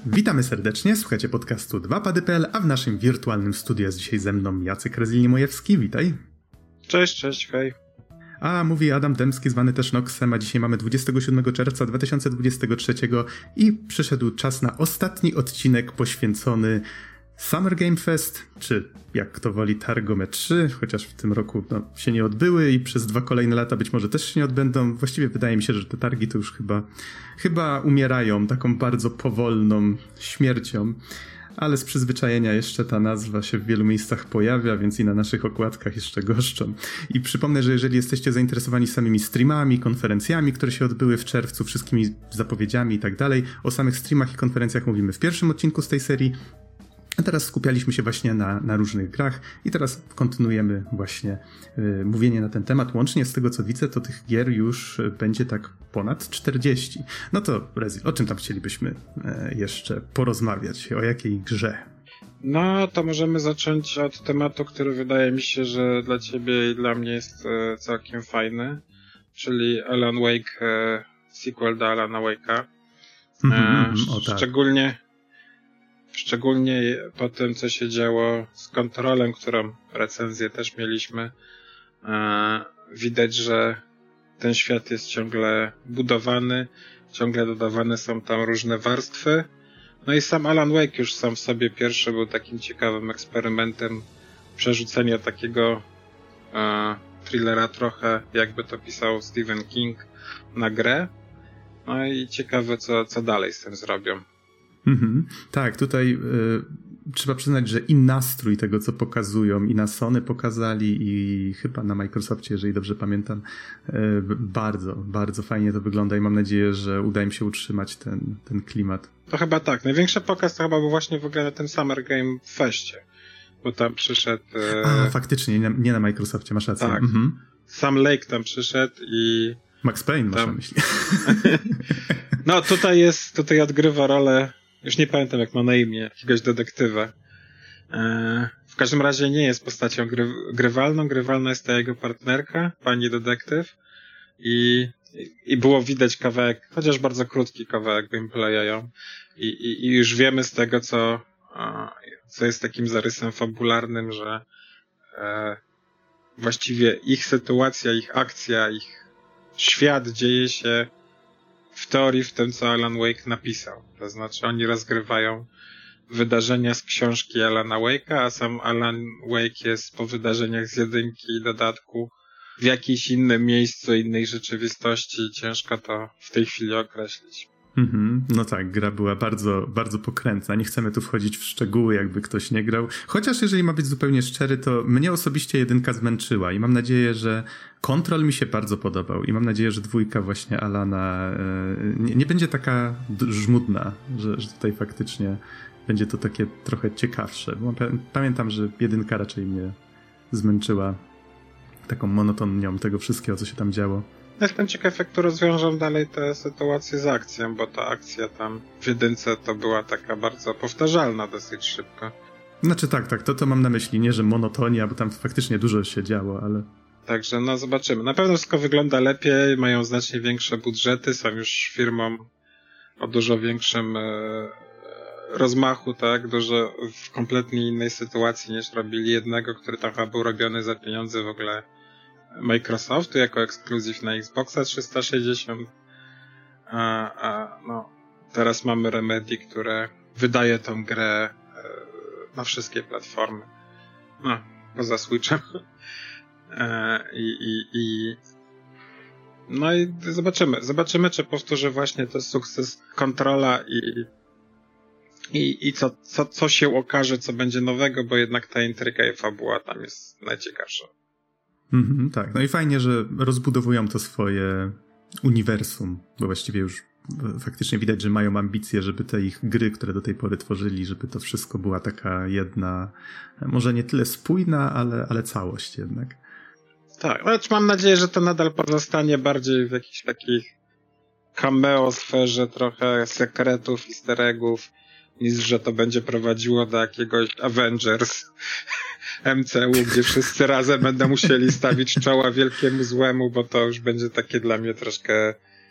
Witamy serdecznie, słuchacie podcastu 2pady.pl, a w naszym wirtualnym studiu jest dzisiaj ze mną Jacek Rezil-Niemojewski, witaj. Cześć, hej. A mówi Adam Dębski, zwany też Noxem, a dzisiaj mamy 27 czerwca 2023 i przyszedł czas na ostatni odcinek poświęcony Summer Game Fest, czy jak kto woli Targome 3, chociaż w tym roku się nie odbyły i przez 2 kolejne lata być może też się nie odbędą. Właściwie wydaje mi się, że te targi to już chyba umierają taką bardzo powolną śmiercią, ale z przyzwyczajenia jeszcze ta nazwa się w wielu miejscach pojawia, więc i na naszych okładkach jeszcze goszczą. I przypomnę, że jeżeli jesteście zainteresowani samymi streamami, konferencjami, które się odbyły w czerwcu, wszystkimi zapowiedziami i tak dalej, o samych streamach i konferencjach mówimy w pierwszym odcinku z tej serii. A teraz skupialiśmy się właśnie na różnych grach i teraz kontynuujemy właśnie mówienie na ten temat. Łącznie z tego, co widzę, to tych gier już będzie tak ponad 40. No to Rezi, o czym tam chcielibyśmy jeszcze porozmawiać? O jakiej grze? No to możemy zacząć od tematu, który wydaje mi się, że dla ciebie i dla mnie jest całkiem fajny, czyli Alan Wake, sequel do Alana Wake'a. Tak. Szczególnie po tym, co się działo z Controlem, którą recenzję też mieliśmy, widać, że ten świat jest ciągle budowany, ciągle dodawane są tam różne warstwy. No i sam Alan Wake już sam w sobie pierwszy był takim ciekawym eksperymentem przerzucenia takiego thrillera trochę, jakby to pisał Stephen King, na grę. No i ciekawe, co dalej z tym zrobią. Tak, tutaj trzeba przyznać, że i nastrój tego, co pokazują, i na Sony pokazali, i chyba na Microsoftie, jeżeli dobrze pamiętam, bardzo, bardzo fajnie to wygląda i mam nadzieję, że uda im się utrzymać ten klimat. To chyba tak. Największy pokaz to chyba był właśnie w ogóle na tym Summer Game Festie, bo tam przyszedł... faktycznie, nie na Microsoftie, masz rację. Tak. Sam Lake tam przyszedł i... Max Payne masz na myśli. No tutaj odgrywa rolę, już nie pamiętam jak ma na imię, jakiegoś detektywa. W każdym razie nie jest postacią grywalną. Grywalna jest ta jego partnerka, pani detektyw. I było widać kawałek, chociaż bardzo krótki kawałek gameplaya. I już wiemy z tego, co jest takim zarysem fabularnym, że właściwie ich sytuacja, ich akcja, ich świat dzieje się w teorii w tym, co Alan Wake napisał. To znaczy oni rozgrywają wydarzenia z książki Alana Wake'a, a sam Alan Wake jest po wydarzeniach z jedynki i dodatku w jakimś innym miejscu, innej rzeczywistości. Ciężko to w tej chwili określić. No tak, gra była bardzo, bardzo pokrętna. Nie chcemy tu wchodzić w szczegóły, jakby ktoś nie grał. Chociaż jeżeli ma być zupełnie szczery, to mnie osobiście jedynka zmęczyła i mam nadzieję, że Control mi się bardzo podobał i mam nadzieję, że dwójka właśnie Alana nie będzie taka żmudna, że tutaj faktycznie będzie to takie trochę ciekawsze. Bo pamiętam, że jedynka raczej mnie zmęczyła taką monotonią tego wszystkiego, co się tam działo. Jestem ciekaw, jak tu rozwiążą dalej tę sytuację z akcją, bo ta akcja tam w jedynce to była taka bardzo powtarzalna dosyć szybko. Znaczy tak, to mam na myśli, nie że monotonia, bo tam faktycznie dużo się działo, ale... Także no zobaczymy. Na pewno wszystko wygląda lepiej, mają znacznie większe budżety, są już firmą o dużo większym rozmachu, tak, dużo w kompletnie innej sytuacji niż robili jednego, który tam chyba był robiony za pieniądze w ogóle Microsoftu jako ekskluzyw na Xboxa 360. No, teraz mamy Remedy, które wydaje tą grę na wszystkie platformy. No, poza Switchem. No i zobaczymy, czy powtórzy właśnie ten sukces Controla i co się okaże, co będzie nowego, bo jednak ta intryga i fabuła tam jest najciekawsza. Tak, no i fajnie, że rozbudowują to swoje uniwersum, bo właściwie już faktycznie widać, że mają ambicje, żeby te ich gry, które do tej pory tworzyli, żeby to wszystko była taka jedna, może nie tyle spójna, ale całość jednak. Tak, lecz mam nadzieję, że to nadal pozostanie bardziej w jakiejś takiej cameo sferze, trochę sekretów, easter eggów, niż że to będzie prowadziło do jakiegoś Avengers MCU, gdzie wszyscy razem będą musieli stawić czoła wielkiemu złemu, bo to już będzie takie dla mnie troszkę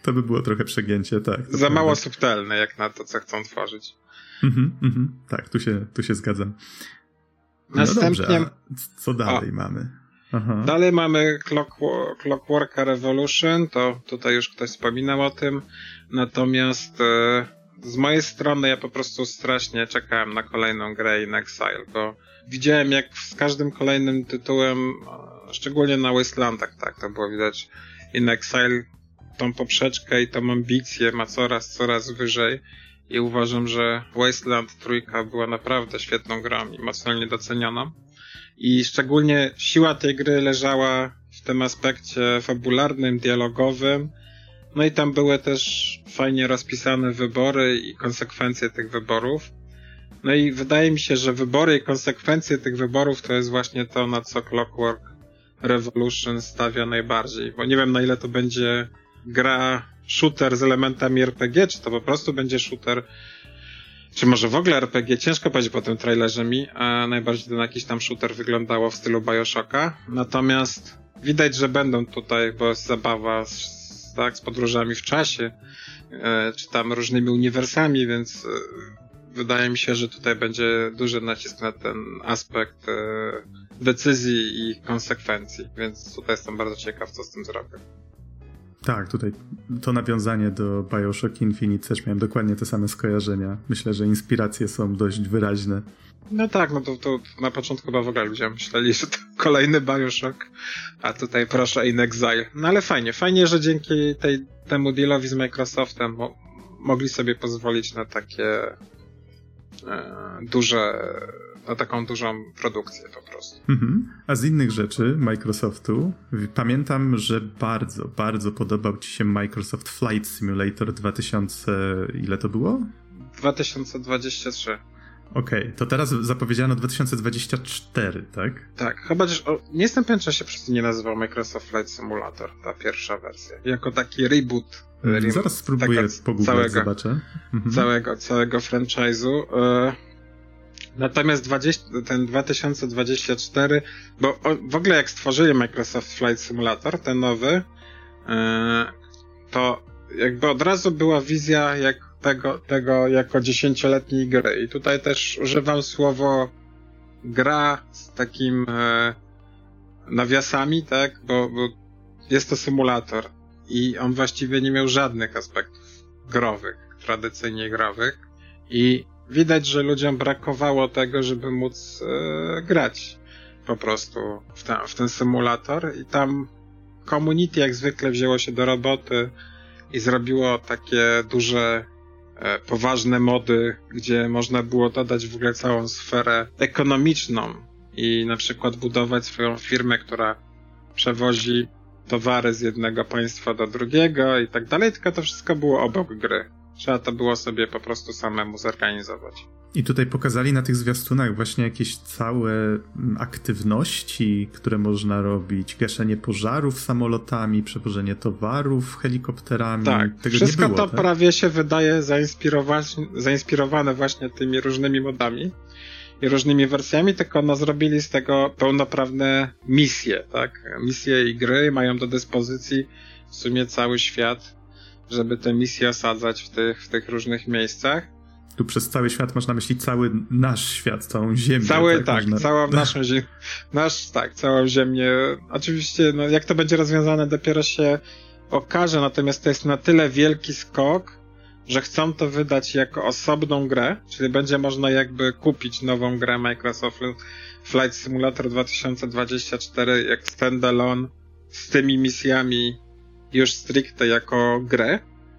To by było trochę przegięcie, tak. Za mało subtelne, jak na to, co chcą tworzyć. Tak, tu się zgadzam. Następnie... No dobrze, a co dalej mamy? Aha. Dalej mamy Clockworka Revolution, to tutaj już ktoś wspominał o tym, natomiast z mojej strony ja po prostu strasznie czekałem na kolejną grę In Exile, bo widziałem jak z każdym kolejnym tytułem, szczególnie na Wastelandach, tak, to było widać, In Exile tą poprzeczkę i tą ambicję ma coraz wyżej i uważam, że Wasteland 3 była naprawdę świetną grą i mocno niedocenioną. I szczególnie siła tej gry leżała w tym aspekcie fabularnym, dialogowym. No i tam były też fajnie rozpisane wybory i konsekwencje tych wyborów. No i wydaje mi się, że wybory i konsekwencje tych wyborów to jest właśnie to, na co Clockwork Revolution stawia najbardziej. Bo nie wiem, na ile to będzie gra shooter z elementami RPG, czy to po prostu będzie shooter, czy może w ogóle RPG, ciężko powiedzieć po tym trailerze mi, a najbardziej ten jakiś tam shooter wyglądało w stylu Bioshocka. Natomiast widać, że będą tutaj, bo jest zabawa z podróżami w czasie, czy tam różnymi uniwersami, więc wydaje mi się, że tutaj będzie duży nacisk na ten aspekt decyzji i konsekwencji, więc tutaj jestem bardzo ciekaw, co z tym zrobię. Tak, tutaj to nawiązanie do Bioshock Infinite też miałem dokładnie te same skojarzenia. Myślę, że inspiracje są dość wyraźne. No tak, no to na początku chyba w ogóle ludzie myśleli, że to kolejny Bioshock, a tutaj proszę In Exile. No ale fajnie, że dzięki temu dealowi z Microsoftem mogli sobie pozwolić na takie na taką dużą produkcję po prostu. A z innych rzeczy Microsoftu pamiętam, że bardzo, bardzo podobał ci się Microsoft Flight Simulator 2000... ile to było? 2023. Okej, to teraz zapowiedziano 2024, tak? Tak, chyba też nie jestem pewien, czy się przez nie nazywał Microsoft Flight Simulator, ta pierwsza wersja. Jako taki reboot. Zaraz spróbuję pogooglać, zobaczę. Całego franchise'u. Natomiast ten 2024, bo w ogóle jak stworzyli Microsoft Flight Simulator, ten nowy, to jakby od razu była wizja tego jako 10-letniej gry. I tutaj też używam słowo gra z takim nawiasami, tak, bo jest to symulator i on właściwie nie miał żadnych aspektów growych, tradycyjnie growych i widać, że ludziom brakowało tego, żeby móc grać po prostu w ten symulator i tam community jak zwykle wzięło się do roboty i zrobiło takie duże, poważne mody, gdzie można było dodać w ogóle całą sferę ekonomiczną i na przykład budować swoją firmę, która przewozi towary z jednego państwa do drugiego i tak dalej, tylko to wszystko było obok gry. Trzeba to było sobie po prostu samemu zorganizować. I tutaj pokazali na tych zwiastunach właśnie jakieś całe aktywności, które można robić. Gaszenie pożarów samolotami, przewożenie towarów helikopterami. Tak, tego wszystko nie było, to tak? prawie się wydaje zainspirowane właśnie tymi różnymi modami i różnymi wersjami, tylko no zrobili z tego pełnoprawne misje, tak? Misje i gry mają do dyspozycji w sumie cały świat, żeby te misje osadzać w tych różnych miejscach. Tu przez cały świat masz na myśli cały nasz świat, całą Ziemię. Całą naszą Ziemię. Całą Ziemię. Oczywiście, no jak to będzie rozwiązane, dopiero się okaże, natomiast to jest na tyle wielki skok, że chcą to wydać jako osobną grę, czyli będzie można jakby kupić nową grę Microsoft Flight Simulator 2024 jak standalone z tymi misjami już stricte jako grę,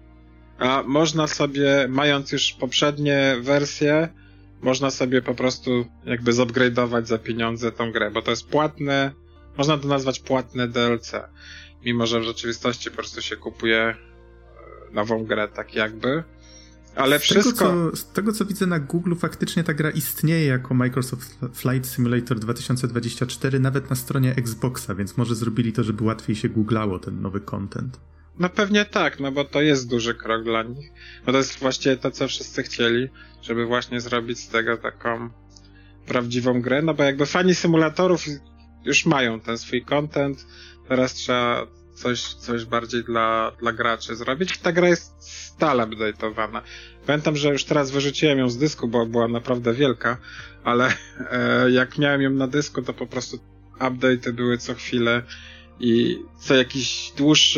a można sobie, mając już poprzednie wersje, można sobie po prostu jakby zupgrade'ować za pieniądze tą grę, bo to jest płatne, można to nazwać płatne DLC, mimo że w rzeczywistości po prostu się kupuje nową grę tak jakby, ale z tego co widzę na Google, faktycznie ta gra istnieje jako Microsoft Flight Simulator 2024 nawet na stronie Xboxa, więc może zrobili to, żeby łatwiej się googlało ten nowy content. No pewnie tak, no bo to jest duży krok dla nich. No to jest właściwie to, co wszyscy chcieli, żeby właśnie zrobić z tego taką prawdziwą grę, no bo jakby fani symulatorów już mają ten swój content, teraz trzeba coś bardziej dla graczy zrobić. Ta gra jest stale update'owana. Pamiętam, że już teraz wyrzuciłem ją z dysku, bo była naprawdę wielka, ale jak miałem ją na dysku, to po prostu update'y były co chwilę i co jakiś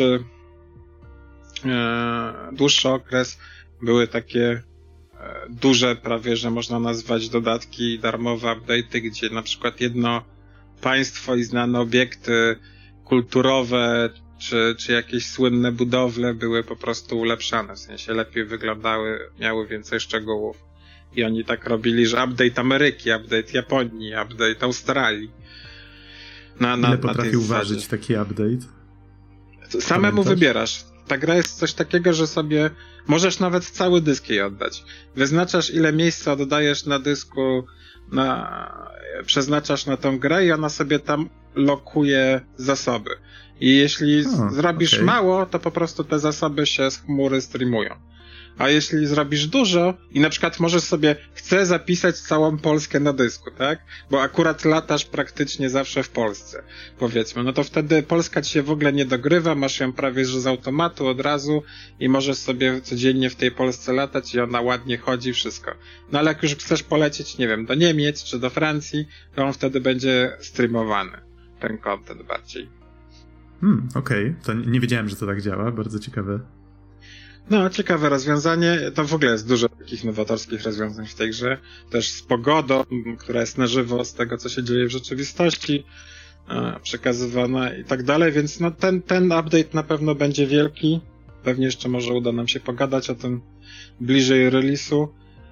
dłuższy okres były takie duże, prawie że można nazwać dodatki, darmowe update'y, gdzie na przykład jedno państwo i znane obiekty kulturowe czy jakieś słynne budowle były po prostu ulepszane, w sensie lepiej wyglądały, miały więcej szczegółów. I oni tak robili, że update Ameryki, update Japonii, update Australii. Ile potrafił ważyć taki update? Samemu wybierasz. Ta gra jest coś takiego, że sobie możesz nawet cały dysk jej oddać. Wyznaczasz, ile miejsca oddajesz na dysku, przeznaczasz na tą grę i ona sobie tam lokuje zasoby. I jeśli zrobisz mało, to po prostu te zasoby się z chmury streamują. A jeśli zrobisz dużo i na przykład możesz sobie, chcę zapisać całą Polskę na dysku, tak? Bo akurat latasz praktycznie zawsze w Polsce, powiedzmy. No to wtedy Polska ci się w ogóle nie dogrywa, masz ją prawie że z automatu od razu i możesz sobie codziennie w tej Polsce latać i ona ładnie chodzi, wszystko. No ale jak już chcesz polecieć, nie wiem, do Niemiec czy do Francji, to on wtedy będzie streamowany, ten content bardziej. Okej. To nie wiedziałem, że to tak działa, bardzo ciekawe. No, ciekawe rozwiązanie. To w ogóle jest dużo takich nowatorskich rozwiązań w tej grze. Też z pogodą, która jest na żywo z tego, co się dzieje w rzeczywistości, przekazywana i tak dalej, więc no ten update na pewno będzie wielki. Pewnie jeszcze może uda nam się pogadać o tym bliżej release'u,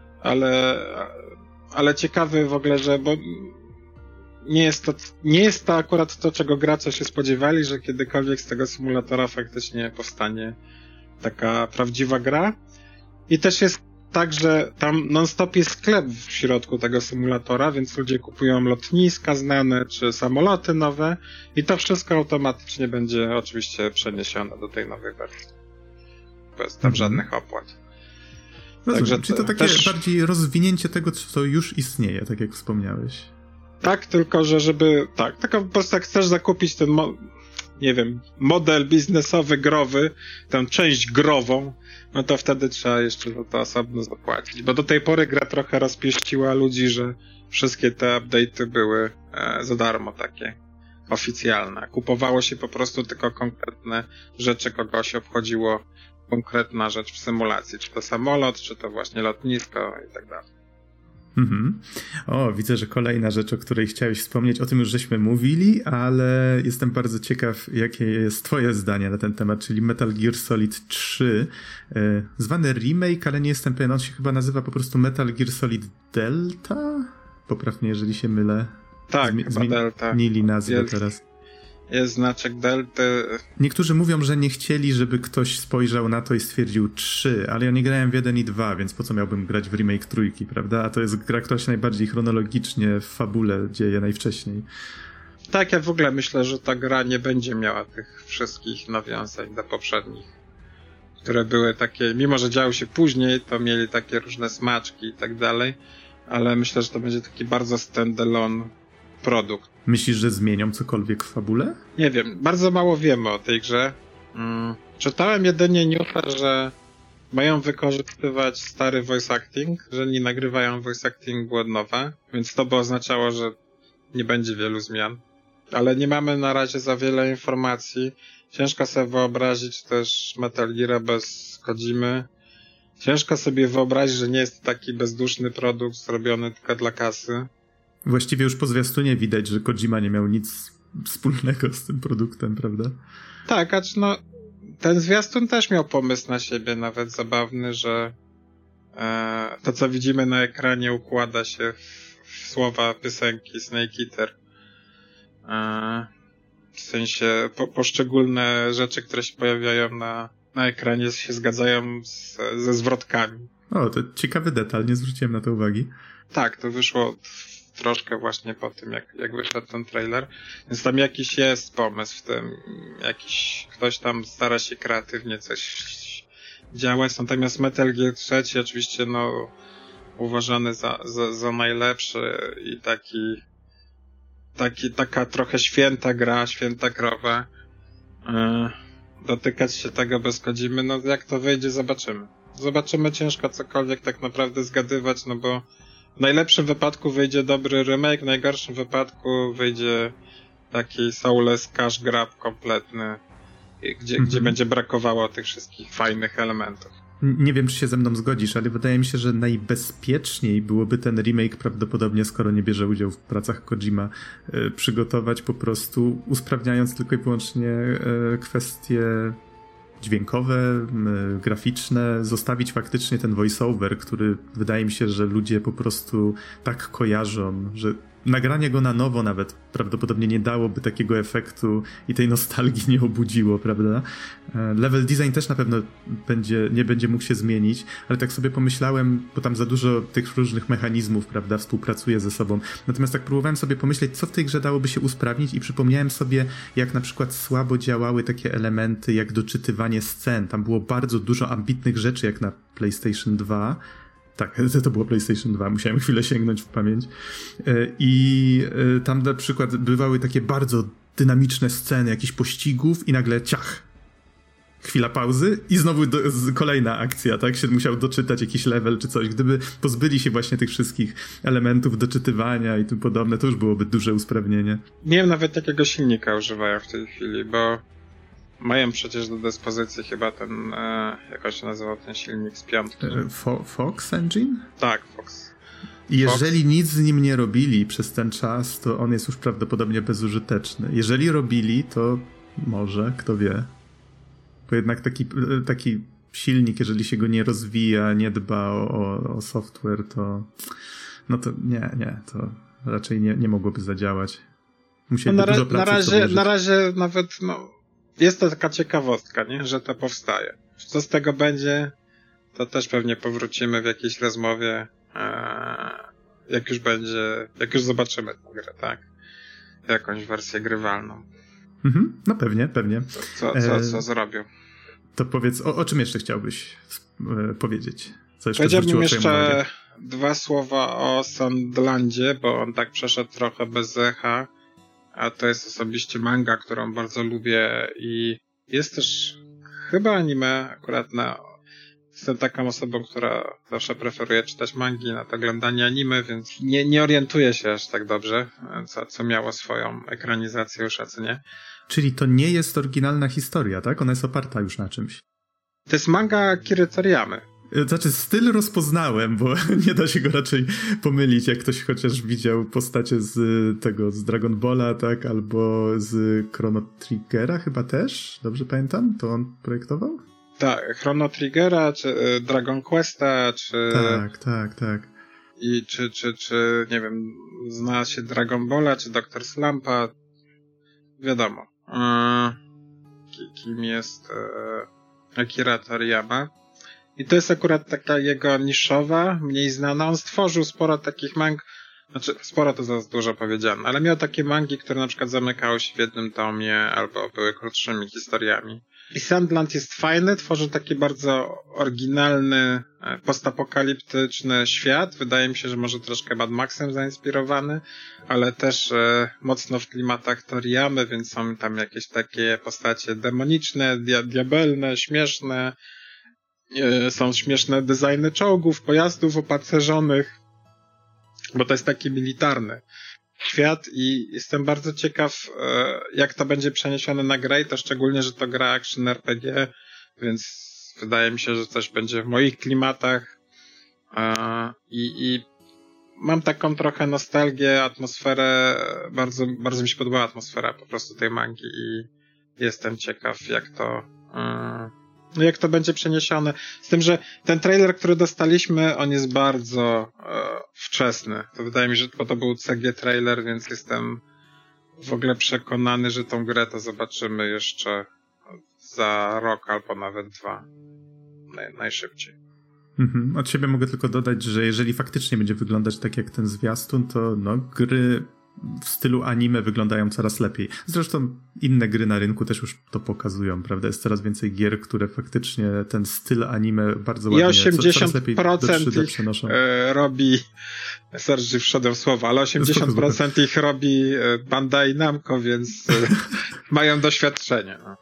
ale ciekawy w ogóle, że bo nie jest to akurat to, czego gracze się spodziewali, że kiedykolwiek z tego symulatora faktycznie powstanie taka prawdziwa gra. I też jest tak, że tam non-stop jest sklep w środku tego symulatora, więc ludzie kupują lotniska znane, czy samoloty nowe i to wszystko automatycznie będzie oczywiście przeniesione do tej nowej wersji. Bez tam żadnych opłat. Także czy to takie bardziej rozwinięcie tego, co już istnieje, tak jak wspomniałeś? Tak, tylko że tylko po prostu jak chcesz zakupić ten nie wiem, model biznesowy growy, tę część grową, no to wtedy trzeba jeszcze za to osobno zapłacić. Bo do tej pory gra trochę rozpieściła ludzi, że wszystkie te update'y były za darmo takie oficjalne. Kupowało się po prostu tylko konkretne rzeczy, kogoś obchodziło konkretna rzecz w symulacji. Czy to samolot, czy to właśnie lotnisko i tak dalej. O, widzę, że kolejna rzecz, o której chciałeś wspomnieć, o tym już żeśmy mówili, ale jestem bardzo ciekaw, jakie jest twoje zdanie na ten temat, czyli Metal Gear Solid 3, zwany remake, ale nie jestem pewien, on się chyba nazywa po prostu Metal Gear Solid Delta? Popraw mnie, jeżeli się mylę. Tak, Delta. Zmienili nazwę teraz. Jest znaczek Delty. Niektórzy mówią, że nie chcieli, żeby ktoś spojrzał na to i stwierdził 3, ale ja nie grałem w 1 i 2, więc po co miałbym grać w remake 3, prawda? A to jest gra, która się najbardziej chronologicznie w fabule dzieje najwcześniej. Tak, ja w ogóle myślę, że ta gra nie będzie miała tych wszystkich nawiązań do poprzednich, które były takie, mimo że działy się później, to mieli takie różne smaczki i tak dalej, ale myślę, że to będzie taki bardzo stand-alone produkt. Myślisz, że zmienią cokolwiek w fabule? Nie wiem, bardzo mało wiemy o tej grze. Czytałem jedynie newsa, że mają wykorzystywać stary voice acting, że nie nagrywają voice actingu od nowa, więc to by oznaczało, że nie będzie wielu zmian. Ale nie mamy na razie za wiele informacji. Ciężko sobie wyobrazić też Metal Gear bez Kojimy. Ciężko sobie wyobrazić, że nie jest taki bezduszny produkt zrobiony tylko dla kasy. Właściwie już po zwiastunie widać, że Kojima nie miał nic wspólnego z tym produktem, prawda? Tak, acz no ten zwiastun też miał pomysł na siebie, nawet zabawny, że to, co widzimy na ekranie, układa się w słowa piosenki Snake Eater. W sensie poszczególne rzeczy, które się pojawiają na ekranie, się zgadzają ze zwrotkami. O, to ciekawy detal, nie zwróciłem na to uwagi. Tak, to wyszło troszkę właśnie po tym, jak wyszedł ten trailer. Więc tam jakiś jest pomysł w tym, ktoś tam stara się kreatywnie coś działać. Natomiast Metal Gear 3 oczywiście uważany za najlepszy i taka trochę święta gra, święta krowa. dotykać się tego bez Kojimy, no jak to wyjdzie, zobaczymy. Zobaczymy, ciężko cokolwiek tak naprawdę zgadywać, no bo w najlepszym wypadku wyjdzie dobry remake, w najgorszym wypadku wyjdzie taki soulless cash grab kompletny, gdzie będzie brakowało tych wszystkich fajnych elementów. Nie wiem, czy się ze mną zgodzisz, ale wydaje mi się, że najbezpieczniej byłoby ten remake prawdopodobnie, skoro nie bierze udziału w pracach Kojima, przygotować po prostu, usprawniając tylko i wyłącznie kwestie dźwiękowe, graficzne, zostawić faktycznie ten voice-over, który wydaje mi się, że ludzie po prostu tak kojarzą, że nagranie go na nowo nawet prawdopodobnie nie dałoby takiego efektu i tej nostalgii nie obudziło, prawda? Level design też na pewno nie będzie mógł się zmienić, ale tak sobie pomyślałem, bo tam za dużo tych różnych mechanizmów, prawda, współpracuje ze sobą. Natomiast tak próbowałem sobie pomyśleć, co w tej grze dałoby się usprawnić i przypomniałem sobie, jak na przykład słabo działały takie elementy, jak doczytywanie scen. Tam było bardzo dużo ambitnych rzeczy, jak na PlayStation 2. Tak, to było PlayStation 2, musiałem chwilę sięgnąć w pamięć. I tam na przykład bywały takie bardzo dynamiczne sceny jakichś pościgów i nagle ciach. Chwila pauzy i znowu kolejna akcja, tak? Się musiał doczytać jakiś level czy coś. Gdyby pozbyli się właśnie tych wszystkich elementów doczytywania i tym podobne, to już byłoby duże usprawnienie. Nie wiem nawet jakiego silnika używają w tej chwili, bo mają przecież do dyspozycji chyba ten, jak on się nazywał, ten silnik z piątki. Fox Engine? Tak, Fox. I jeżeli nic z nim nie robili przez ten czas, to on jest już prawdopodobnie bezużyteczny. Jeżeli robili, to może, kto wie. Bo jednak taki silnik, jeżeli się go nie rozwija, nie dba o software, to no to nie, to raczej nie mogłoby zadziałać. Musieliby dużo pracy na razie nawet, jest to taka ciekawostka, nie? Że to powstaje. Co z tego będzie, to też pewnie powrócimy w jakiejś rozmowie, jak już zobaczymy tę grę, tak? Jakąś wersję grywalną. No pewnie. Co zrobią. To powiedz, o czym jeszcze chciałbyś powiedzieć? Co jeszcze powiedziałbym jeszcze dwa słowa o Sandlandzie, bo on tak przeszedł trochę bez echa, a to jest osobiście manga, którą bardzo lubię i jest też chyba anime akurat jestem taką osobą, która zawsze preferuje czytać mangi nad oglądanie anime, więc nie orientuję się aż tak dobrze, co miało swoją ekranizację już, a co nie. Czyli to nie jest oryginalna historia, tak? Ona jest oparta już na czymś. To jest manga Akiry Toriyamy. Znaczy, styl rozpoznałem, bo nie da się go raczej pomylić, jak ktoś chociaż widział postacie z Dragon Balla, tak? Albo z Chrono Triggera chyba też, dobrze pamiętam? To on projektował? Tak, Chrono Triggera, czy Dragon Questa, czy... Tak. I czy nie wiem, zna się Dragon Balla, czy Dr. Slumpa. Wiadomo. Kim jest Akira Toriyama. I to jest akurat taka jego niszowa, mniej znana. On stworzył sporo takich mang, znaczy sporo to za dużo powiedziane, ale miał takie mangi, które na przykład zamykały się w jednym tomie albo były krótszymi historiami. I Sandland jest fajny, tworzy taki bardzo oryginalny, postapokaliptyczny świat. Wydaje mi się, że może troszkę Mad Maxem zainspirowany, ale też mocno w klimatach Toriyamy, więc są tam jakieś takie postacie demoniczne, diabelne, śmieszne. Są śmieszne designy czołgów, pojazdów opancerzonych, bo to jest taki militarny świat i jestem bardzo ciekaw, jak to będzie przeniesione na grę i to szczególnie, że to gra action RPG, więc wydaje mi się, że coś będzie w moich klimatach i mam taką trochę nostalgię, atmosferę, bardzo mi się podobała atmosfera po prostu tej mangi i jestem ciekaw, jak to będzie przeniesione. Z tym, że ten trailer, który dostaliśmy, on jest bardzo wczesny. To wydaje mi się, że to był CG trailer, więc jestem w ogóle przekonany, że tą grę to zobaczymy jeszcze za rok albo nawet 2. Najszybciej. Od siebie mogę tylko dodać, że jeżeli faktycznie będzie wyglądać tak jak ten zwiastun, to gry w stylu anime wyglądają coraz lepiej. Zresztą inne gry na rynku też już to pokazują, prawda? Jest coraz więcej gier, które faktycznie ten styl anime bardzo ładnie, coraz lepiej do 3D przenoszą. Robi, sorry, że wszedłem w słowa, ale 80% ich robi Bandai Namco, więc mają doświadczenie. No.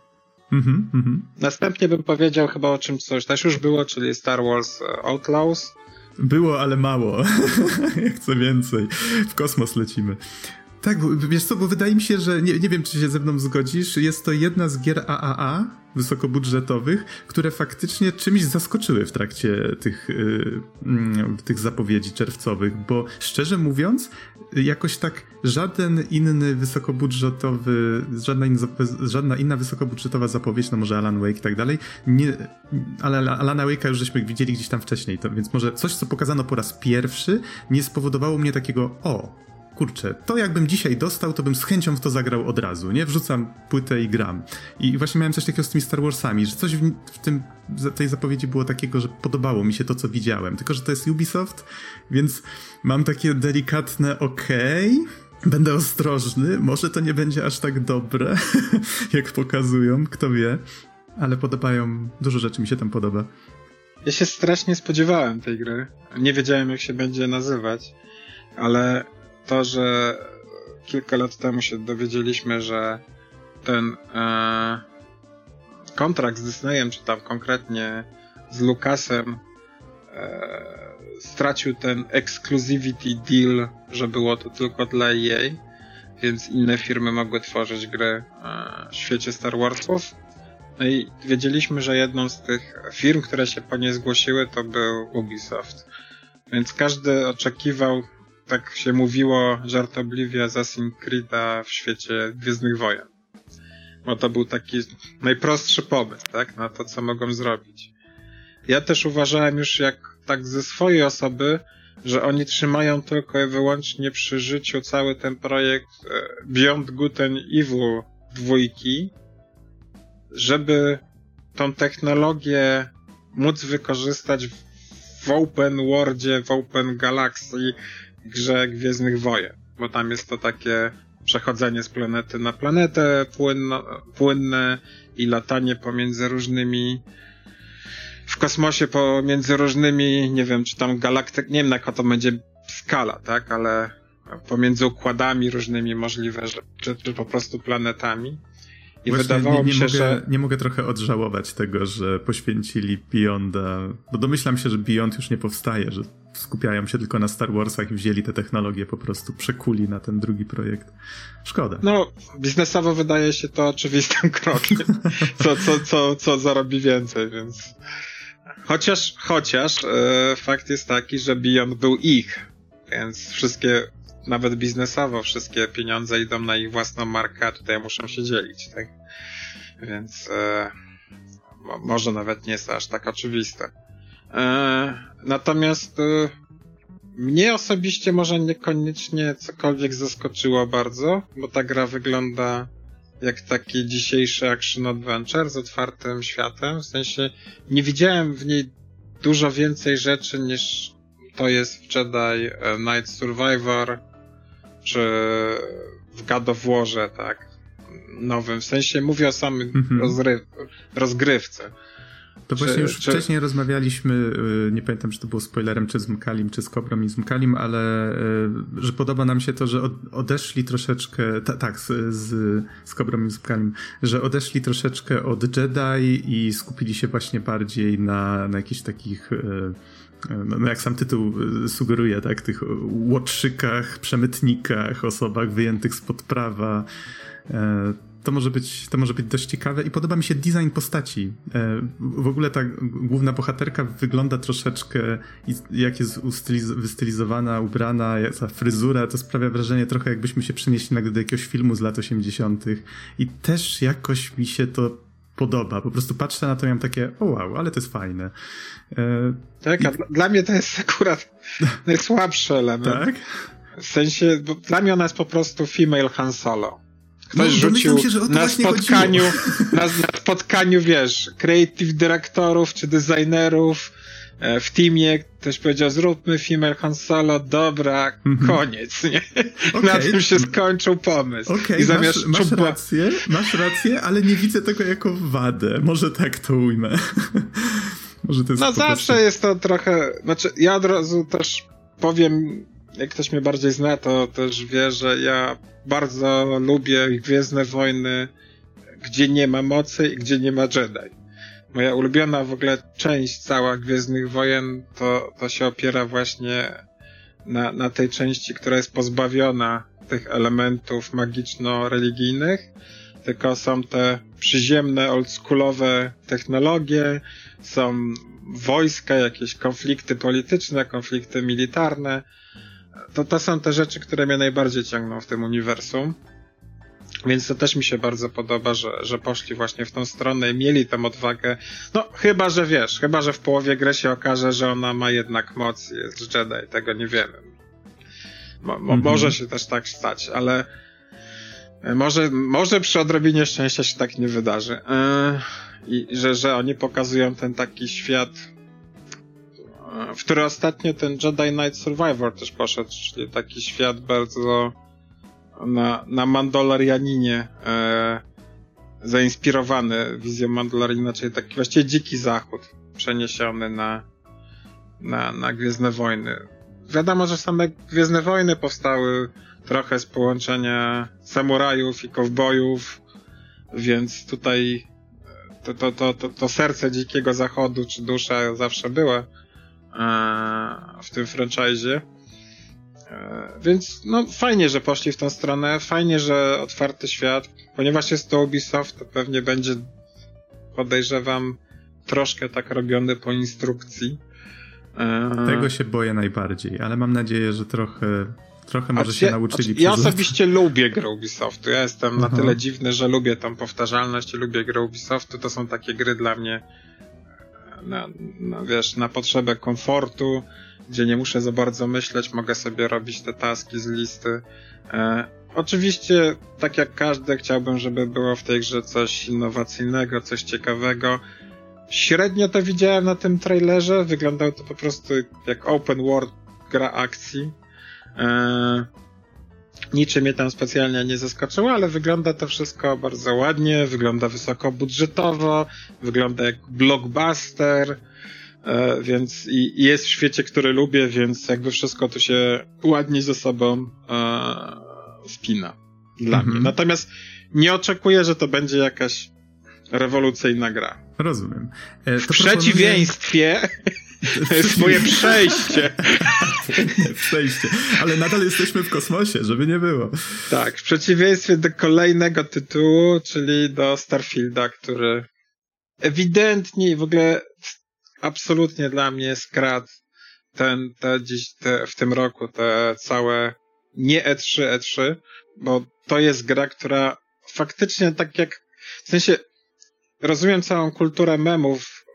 Następnie bym powiedział chyba o czymś, coś też już było, czyli Star Wars Outlaws. Było, ale mało. Ja chcę więcej. W kosmos lecimy. Tak, wiesz co, bo wydaje mi się, że nie wiem, czy się ze mną zgodzisz, jest to jedna z gier AAA wysokobudżetowych, które faktycznie czymś zaskoczyły w trakcie tych zapowiedzi czerwcowych, bo szczerze mówiąc, jakoś tak żaden inny wysokobudżetowy, żadna inna wysokobudżetowa zapowiedź, no może Alan Wake i tak dalej, ale Alana Wake'a już żeśmy widzieli gdzieś tam wcześniej, to więc może coś, co pokazano po raz pierwszy, nie spowodowało mnie takiego, kurczę, to jakbym dzisiaj dostał, to bym z chęcią w to zagrał od razu, nie? Wrzucam płytę i gram. I właśnie miałem coś takiego z tymi Star Warsami, że coś w tej zapowiedzi było takiego, że podobało mi się to, co widziałem. Tylko że to jest Ubisoft, więc mam takie delikatne będę ostrożny, może to nie będzie aż tak dobre, jak pokazują, kto wie. Ale dużo rzeczy mi się tam podoba. Ja się strasznie spodziewałem tej gry. Nie wiedziałem, jak się będzie nazywać, ale to, że kilka lat temu się dowiedzieliśmy, że ten kontrakt z Disneyem, czy tam konkretnie z Lucasem stracił ten exclusivity deal, że było to tylko dla EA, więc inne firmy mogły tworzyć gry w świecie Star Warsów. No i wiedzieliśmy, że jedną z tych firm, które się po nie zgłosiły, to był Ubisoft. Więc każdy oczekiwał, tak się mówiło żartobliwie, Assassin's Creed'a w świecie Gwiezdnych Wojen. Bo to był taki najprostszy pomysł, tak, na to, co mogą zrobić. Ja też uważałem już tak ze swojej osoby, że oni trzymają tylko i wyłącznie przy życiu cały ten projekt Beyond Good and Evil 2, żeby tą technologię móc wykorzystać w open worldzie, w open galaksji, grze Gwiezdnych Wojen, bo tam jest to takie przechodzenie z planety na planetę płynne i latanie pomiędzy różnymi w kosmosie pomiędzy różnymi, nie wiem, czy tam galaktyk, nie wiem jaka to będzie skala, tak, ale pomiędzy układami różnymi możliwe, czy po prostu planetami. I właśnie wydawało mi się, że... Nie mogę trochę odżałować tego, że poświęcili Beyonda, bo domyślam się, że Beyond już nie powstaje, że skupiają się tylko na Star Warsach i wzięli te technologie, po prostu przekuli na ten drugi projekt. Szkoda. No, biznesowo wydaje się to oczywistym krokiem. Co zarobi więcej, więc... Chociaż fakt jest taki, że Beyond był ich, więc wszystkie, nawet biznesowo, wszystkie pieniądze idą na ich własną markę, a tutaj muszą się dzielić, tak? Więc może nawet nie jest to aż tak oczywiste. Natomiast mnie osobiście może niekoniecznie cokolwiek zaskoczyło bardzo, bo ta gra wygląda jak taki dzisiejszy action adventure z otwartym światem, w sensie nie widziałem w niej dużo więcej rzeczy niż to jest w Jedi Knight Survivor czy w God of Warze, tak, nowym, w sensie mówię o samym rozgrywce. To właśnie już wcześniej rozmawialiśmy, nie pamiętam, czy to było spoilerem, czy z Mkalim, czy z Kobrą i z Mkalim, ale że podoba nam się to, że odeszli troszeczkę, z Kobrą i z Mkalim, że odeszli troszeczkę od Jedi i skupili się właśnie bardziej na jakichś takich, no jak sam tytuł sugeruje, tak, tych łotrzykach, przemytnikach, osobach wyjętych spod prawa. To może być dość ciekawe i podoba mi się design postaci. W ogóle ta główna bohaterka wygląda troszeczkę, jak jest wystylizowana, ubrana, ta fryzura, to sprawia wrażenie trochę jakbyśmy się przenieśli nagle do jakiegoś filmu z lat 80. I też jakoś mi się to podoba. Po prostu patrzę na to i mam takie, wow, ale to jest fajne. Tak, a dla mnie to jest akurat najsłabszy element. Tak? W sensie, bo dla mnie ona jest po prostu female Han Solo. Ktoś rzucił się, że o to na spotkaniu, wiesz, creative dyrektorów czy designerów w teamie, ktoś powiedział, zróbmy female Han Solo, dobra, koniec, nie? Okay. Na tym się skończył pomysł. Okej, masz rację, ale nie widzę tego jako wadę. Może tak to ujmę. Może to jest zawsze jest to trochę, znaczy ja od razu też powiem, jak ktoś mnie bardziej zna, to też wie, że ja bardzo lubię Gwiezdne Wojny, gdzie nie ma mocy i gdzie nie ma Jedi. Moja ulubiona w ogóle część cała Gwiezdnych Wojen to się opiera właśnie na tej części, która jest pozbawiona tych elementów magiczno-religijnych, tylko są te przyziemne, oldschoolowe technologie, są wojska, jakieś konflikty polityczne, konflikty militarne. To są te rzeczy, które mnie najbardziej ciągną w tym uniwersum. Więc to też mi się bardzo podoba, że poszli właśnie w tą stronę i mieli tę odwagę. No, chyba że w połowie gry się okaże, że ona ma jednak moc, jest Jedi, tego nie wiemy. Może się też tak stać, ale może przy odrobinie szczęścia się tak nie wydarzy. I że oni pokazują ten taki świat, w który ostatnio ten Jedi Knight Survivor też poszedł, czyli taki świat bardzo na Mandalorianinie zainspirowany wizją Mandalorianina, czyli taki właściwie dziki zachód przeniesiony na Gwiezdne Wojny. Wiadomo, że same Gwiezdne Wojny powstały trochę z połączenia samurajów i kowbojów, więc tutaj to serce dzikiego zachodu, czy dusza zawsze była w tym franchise'ie. Więc no fajnie, że poszli w tą stronę, fajnie, że otwarty świat, ponieważ jest to Ubisoft, to pewnie będzie, podejrzewam, troszkę tak robiony po instrukcji. Tego się boję najbardziej, ale mam nadzieję, że trochę może się nauczyli. Ja osobiście lubię gry Ubisoftu. Ja jestem na tyle dziwny, że lubię tą powtarzalność i lubię gry Ubisoftu. To są takie gry dla mnie na potrzebę komfortu, gdzie nie muszę za bardzo myśleć, mogę sobie robić te taski z listy. Oczywiście, tak jak każdy, chciałbym, żeby było w tej grze coś innowacyjnego, coś ciekawego. Średnio to widziałem na tym trailerze, wyglądało to po prostu jak open world gra akcji. Niczym mnie tam specjalnie nie zaskoczyło, ale wygląda to wszystko bardzo ładnie, wygląda wysokobudżetowo, wygląda jak blockbuster, więc i jest w świecie, który lubię, więc jakby wszystko tu się ładnie ze sobą wpina dla mnie. Natomiast nie oczekuję, że to będzie jakaś rewolucyjna gra. Rozumiem. W przeciwieństwie to jest moje przejście. Przejście. Ale nadal jesteśmy w kosmosie, żeby nie było. Tak, w przeciwieństwie do kolejnego tytułu, czyli do Starfielda, który ewidentnie i w ogóle absolutnie dla mnie skradł w tym roku te całe nie E3, bo to jest gra, która faktycznie tak jak, w sensie rozumiem całą kulturę memów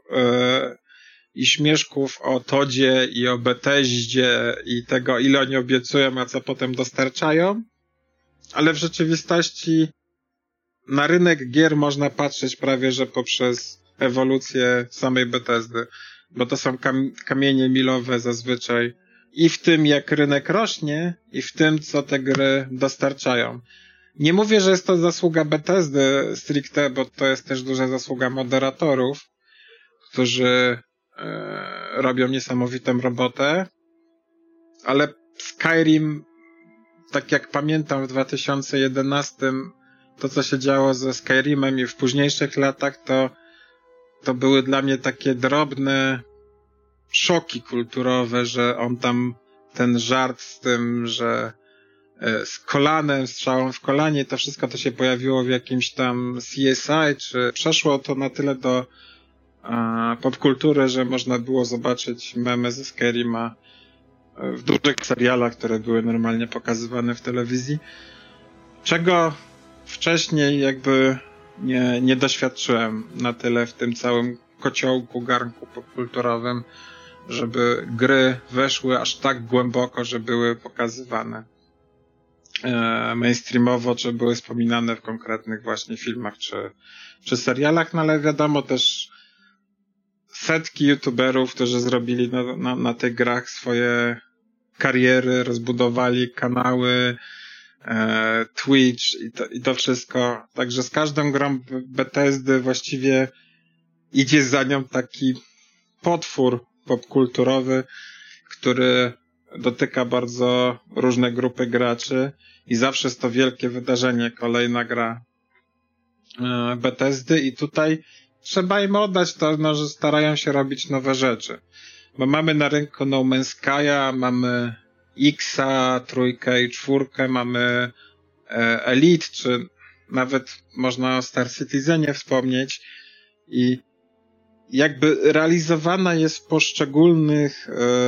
i śmieszków o Todzie i o Bethesdzie i tego, ile oni obiecują, a co potem dostarczają, ale w rzeczywistości na rynek gier można patrzeć prawie, że poprzez ewolucję samej Bethesdy, bo to są kamienie milowe zazwyczaj i w tym, jak rynek rośnie i w tym, co te gry dostarczają. Nie mówię, że jest to zasługa Bethesdy stricte, bo to jest też duża zasługa moderatorów, którzy robią niesamowitą robotę, ale Skyrim, tak jak pamiętam w 2011, to co się działo ze Skyrimem i w późniejszych latach, to były dla mnie takie drobne szoki kulturowe, że on tam, ten żart z tym, że z kolanem, strzałą w kolanie, to wszystko to się pojawiło w jakimś tam CSI, czy przeszło to na tyle do popkultury, że można było zobaczyć memy ze Skyrima w dużych serialach, które były normalnie pokazywane w telewizji, czego wcześniej jakby nie doświadczyłem na tyle w tym całym kociołku, garnku popkulturowym, żeby gry weszły aż tak głęboko, że były pokazywane mainstreamowo, czy były wspominane w konkretnych właśnie filmach, czy serialach, no ale wiadomo też setki youtuberów, którzy zrobili na tych grach swoje kariery, rozbudowali kanały, Twitch i to wszystko. Także z każdą grą Bethesdy właściwie idzie za nią taki potwór popkulturowy, który dotyka bardzo różne grupy graczy i zawsze jest to wielkie wydarzenie, kolejna gra Bethesdy i tutaj trzeba im oddać to, no, że starają się robić nowe rzeczy. Bo mamy na rynku No Man's Sky'a, mamy Xa, 3 i 4, mamy Elite, czy nawet można o Star Citizenie wspomnieć i jakby realizowana jest w poszczególnych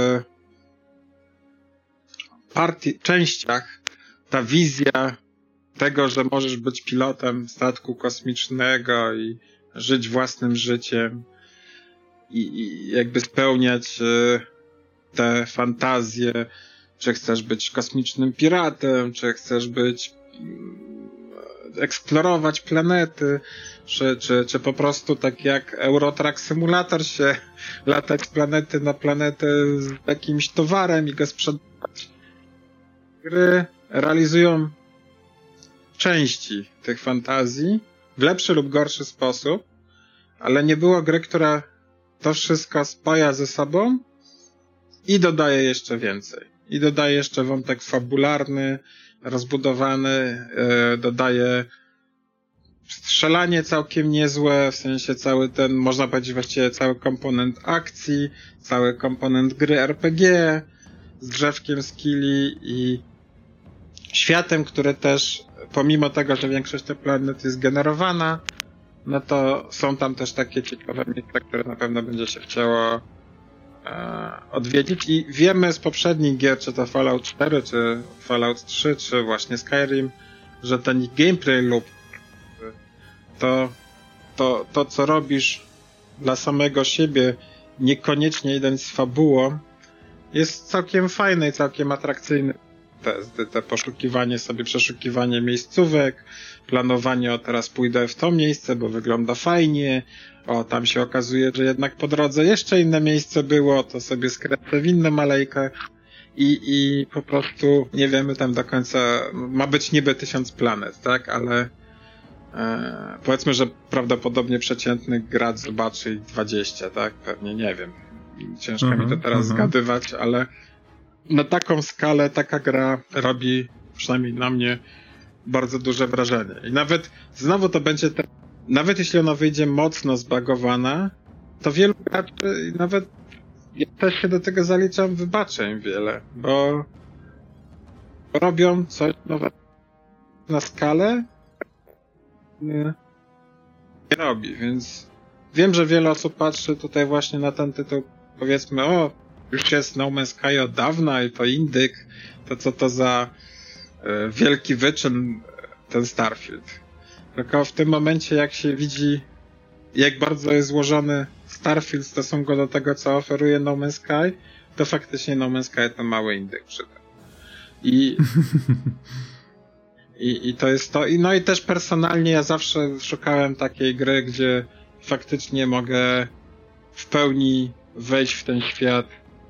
częściach ta wizja tego, że możesz być pilotem statku kosmicznego i żyć własnym życiem i jakby spełniać te fantazje, czy chcesz być kosmicznym piratem, czy chcesz być eksplorować planety, czy po prostu tak jak Eurotrack Simulator się latać z planety na planetę z jakimś towarem i go sprzedawać. Gry realizują części tych fantazji w lepszy lub gorszy sposób, ale nie było gry, która to wszystko spaja ze sobą i dodaje jeszcze więcej. I dodaje jeszcze wątek fabularny, rozbudowany, dodaje strzelanie całkiem niezłe, w sensie cały ten, można powiedzieć właściwie cały komponent akcji, cały komponent gry RPG z drzewkiem skilli i światem, który też, pomimo tego, że większość tych planet jest generowana, no to są tam też takie ciekawe miejsca, które na pewno będzie się chciało odwiedzić i wiemy z poprzednich gier, czy to Fallout 4, czy Fallout 3, czy właśnie Skyrim, że ten gameplay loop to co robisz dla samego siebie, niekoniecznie idąc z fabułą, jest całkiem fajne i całkiem atrakcyjne. Te poszukiwanie sobie, przeszukiwanie miejscówek, planowanie, o teraz pójdę w to miejsce, bo wygląda fajnie, o tam się okazuje, że jednak po drodze jeszcze inne miejsce było, to sobie skręcę w inną alejkę i po prostu nie wiemy tam do końca, ma być niby 1000 planet, tak, ale powiedzmy, że prawdopodobnie przeciętny gracz zobaczy 20, tak, pewnie, nie wiem, ciężko mi to teraz zgadywać, ale na taką skalę taka gra robi, przynajmniej na mnie, bardzo duże wrażenie. I nawet, znowu to będzie, nawet jeśli ona wyjdzie mocno zbagowana, to wielu graczy, nawet ja też się do tego zaliczam, wybaczę im wiele, bo robią coś nowego na skalę, nie robi, więc wiem, że wiele osób patrzy tutaj właśnie na ten tytuł, powiedzmy, o, już jest No Man's Sky od dawna i to indyk, to co to za wielki wyczyn ten Starfield. Tylko w tym momencie, jak się widzi, jak bardzo jest złożony Starfield w stosunku do tego, co oferuje No Man's Sky, to faktycznie No Man's Sky to mały indyk przyda. I to jest to. No i też personalnie ja zawsze szukałem takiej gry, gdzie faktycznie mogę w pełni wejść w ten świat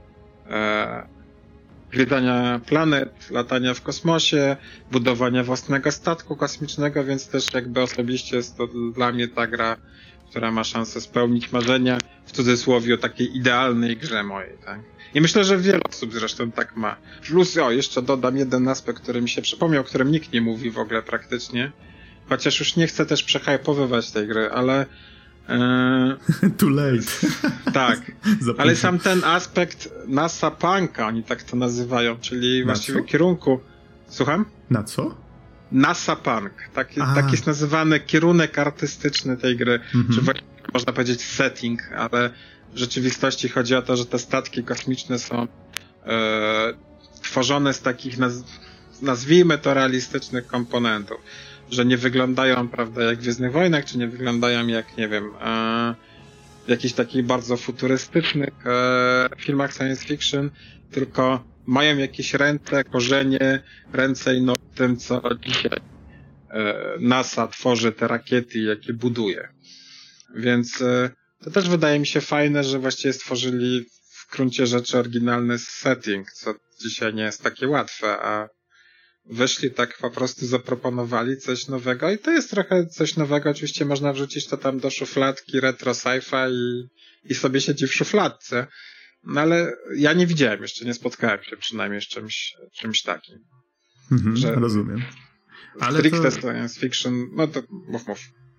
zwiedzania planet, latania w kosmosie, budowania własnego statku kosmicznego, więc też jakby osobiście jest to dla mnie ta gra, która ma szansę spełnić marzenia, w cudzysłowie, o takiej idealnej grze mojej, tak? I myślę, że wiele osób zresztą tak ma. Plus, jeszcze dodam jeden aspekt, który mi się przypomniał, o którym nikt nie mówi w ogóle praktycznie, chociaż już nie chcę też przehypowywać tej gry, ale too late. Tak, ale sam ten aspekt NASA Punka, oni tak to nazywają, czyli właściwie kierunku... Słucham? Na co? NASA Punk. Tak jest nazywany kierunek artystyczny tej gry, czy można powiedzieć setting, ale w rzeczywistości chodzi o to, że te statki kosmiczne są tworzone z takich, nazwijmy to, realistycznych komponentów. Że nie wyglądają, prawda, jak w Gwiezdnych Wojnach, czy nie wyglądają jak, nie wiem, w jakichś takich bardzo futurystycznych filmach science fiction, tylko mają jakieś ręce, korzenie, ręce i w tym, co dzisiaj NASA tworzy te rakiety, jakie buduje. Więc to też wydaje mi się fajne, że właściwie stworzyli w gruncie rzeczy oryginalny setting, co dzisiaj nie jest takie łatwe, a wyszli tak po prostu, zaproponowali coś nowego i to jest trochę coś nowego. Oczywiście można wrzucić to tam do szufladki retro sci-fi i sobie siedzi w szufladce. No ale ja nie widziałem jeszcze, nie spotkałem się przynajmniej z czymś takim. Rozumiem. Ale stricte science fiction, no to mów.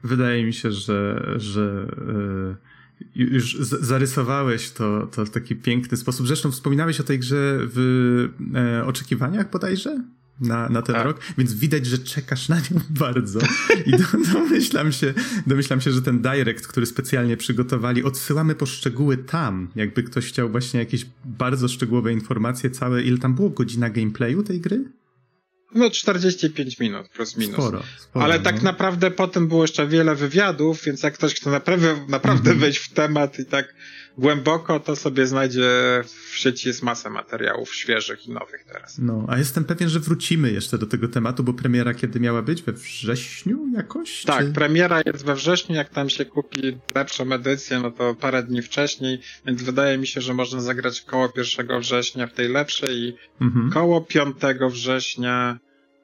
Wydaje mi się, że już zarysowałeś to w taki piękny sposób. Zresztą wspominałeś o tej grze w oczekiwaniach bodajże na ten rok, więc widać, że czekasz na nią bardzo. I domyślam się, że ten direct, który specjalnie przygotowali, odsyłamy po szczegóły tam. Jakby ktoś chciał właśnie jakieś bardzo szczegółowe informacje całe. Ile tam było godzina gameplayu tej gry? No 45 minut plus minus. Sporo, ale tak naprawdę potem było jeszcze wiele wywiadów, więc jak ktoś chce naprawdę wejść w temat i tak głęboko, to sobie znajdzie w sieci jest masę materiałów świeżych i nowych teraz. No, a jestem pewien, że wrócimy jeszcze do tego tematu, bo premiera kiedy miała być? We wrześniu jakoś? Tak, czy... premiera jest we wrześniu, jak tam się kupi lepszą edycję, no to parę dni wcześniej, więc wydaje mi się, że można zagrać koło 1 września w tej lepszej i koło 5 września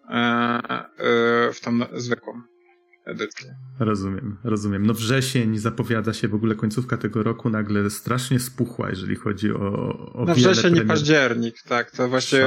w tą zwykłą edycję. Rozumiem. No wrzesień zapowiada się, w ogóle końcówka tego roku nagle strasznie spuchła, jeżeli chodzi o no wrzesień i październik, tak, to właśnie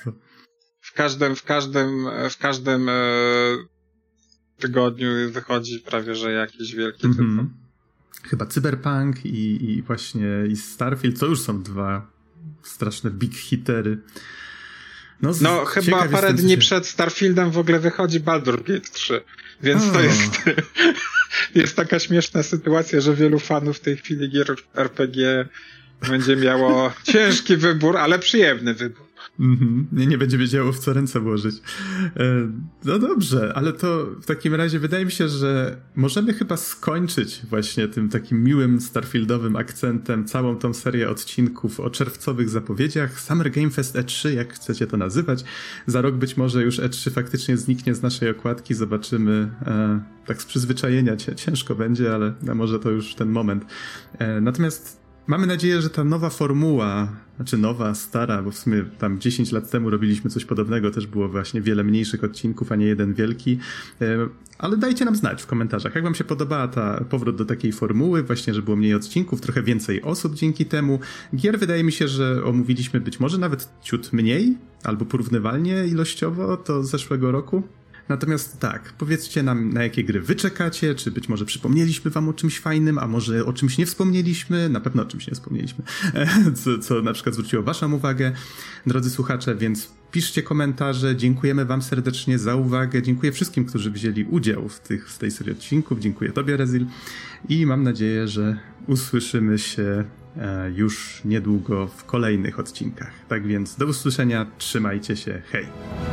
w każdym tygodniu wychodzi prawie, że jakiś wielki tytuł. Chyba Cyberpunk i właśnie i Starfield, to już są dwa straszne big hitery. No chyba parę dni przed Starfieldem w ogóle wychodzi Baldur's Gate 3, więc to jest taka śmieszna sytuacja, że wielu fanów w tej chwili gier RPG będzie miało ciężki wybór, ale przyjemny wybór. Nie będzie wiedziało, w co ręce włożyć. No dobrze, ale to w takim razie wydaje mi się, że możemy chyba skończyć właśnie tym takim miłym Starfieldowym akcentem całą tą serię odcinków o czerwcowych zapowiedziach. Summer Game Fest E3, jak chcecie to nazywać. Za rok być może już E3 faktycznie zniknie z naszej okładki. Zobaczymy. Tak z przyzwyczajenia ciężko będzie, ale może to już ten moment. Natomiast mamy nadzieję, że ta nowa formuła, znaczy nowa, stara, bo w sumie tam 10 lat temu robiliśmy coś podobnego, też było właśnie wiele mniejszych odcinków, a nie jeden wielki, ale dajcie nam znać w komentarzach, jak wam się podobała powrót do takiej formuły, właśnie, że było mniej odcinków, trochę więcej osób dzięki temu. Gier wydaje mi się, że omówiliśmy być może nawet ciut mniej, albo porównywalnie ilościowo do zeszłego roku. Natomiast tak, powiedzcie nam, na jakie gry wy czekacie, czy być może przypomnieliśmy wam o czymś fajnym, a może o czymś nie wspomnieliśmy, na pewno o czymś nie wspomnieliśmy, co na przykład zwróciło waszą uwagę, drodzy słuchacze, więc piszcie komentarze, dziękujemy wam serdecznie za uwagę, dziękuję wszystkim, którzy wzięli udział w tej serii odcinków, dziękuję tobie, Rezil, i mam nadzieję, że usłyszymy się już niedługo w kolejnych odcinkach. Tak więc do usłyszenia, trzymajcie się, hej!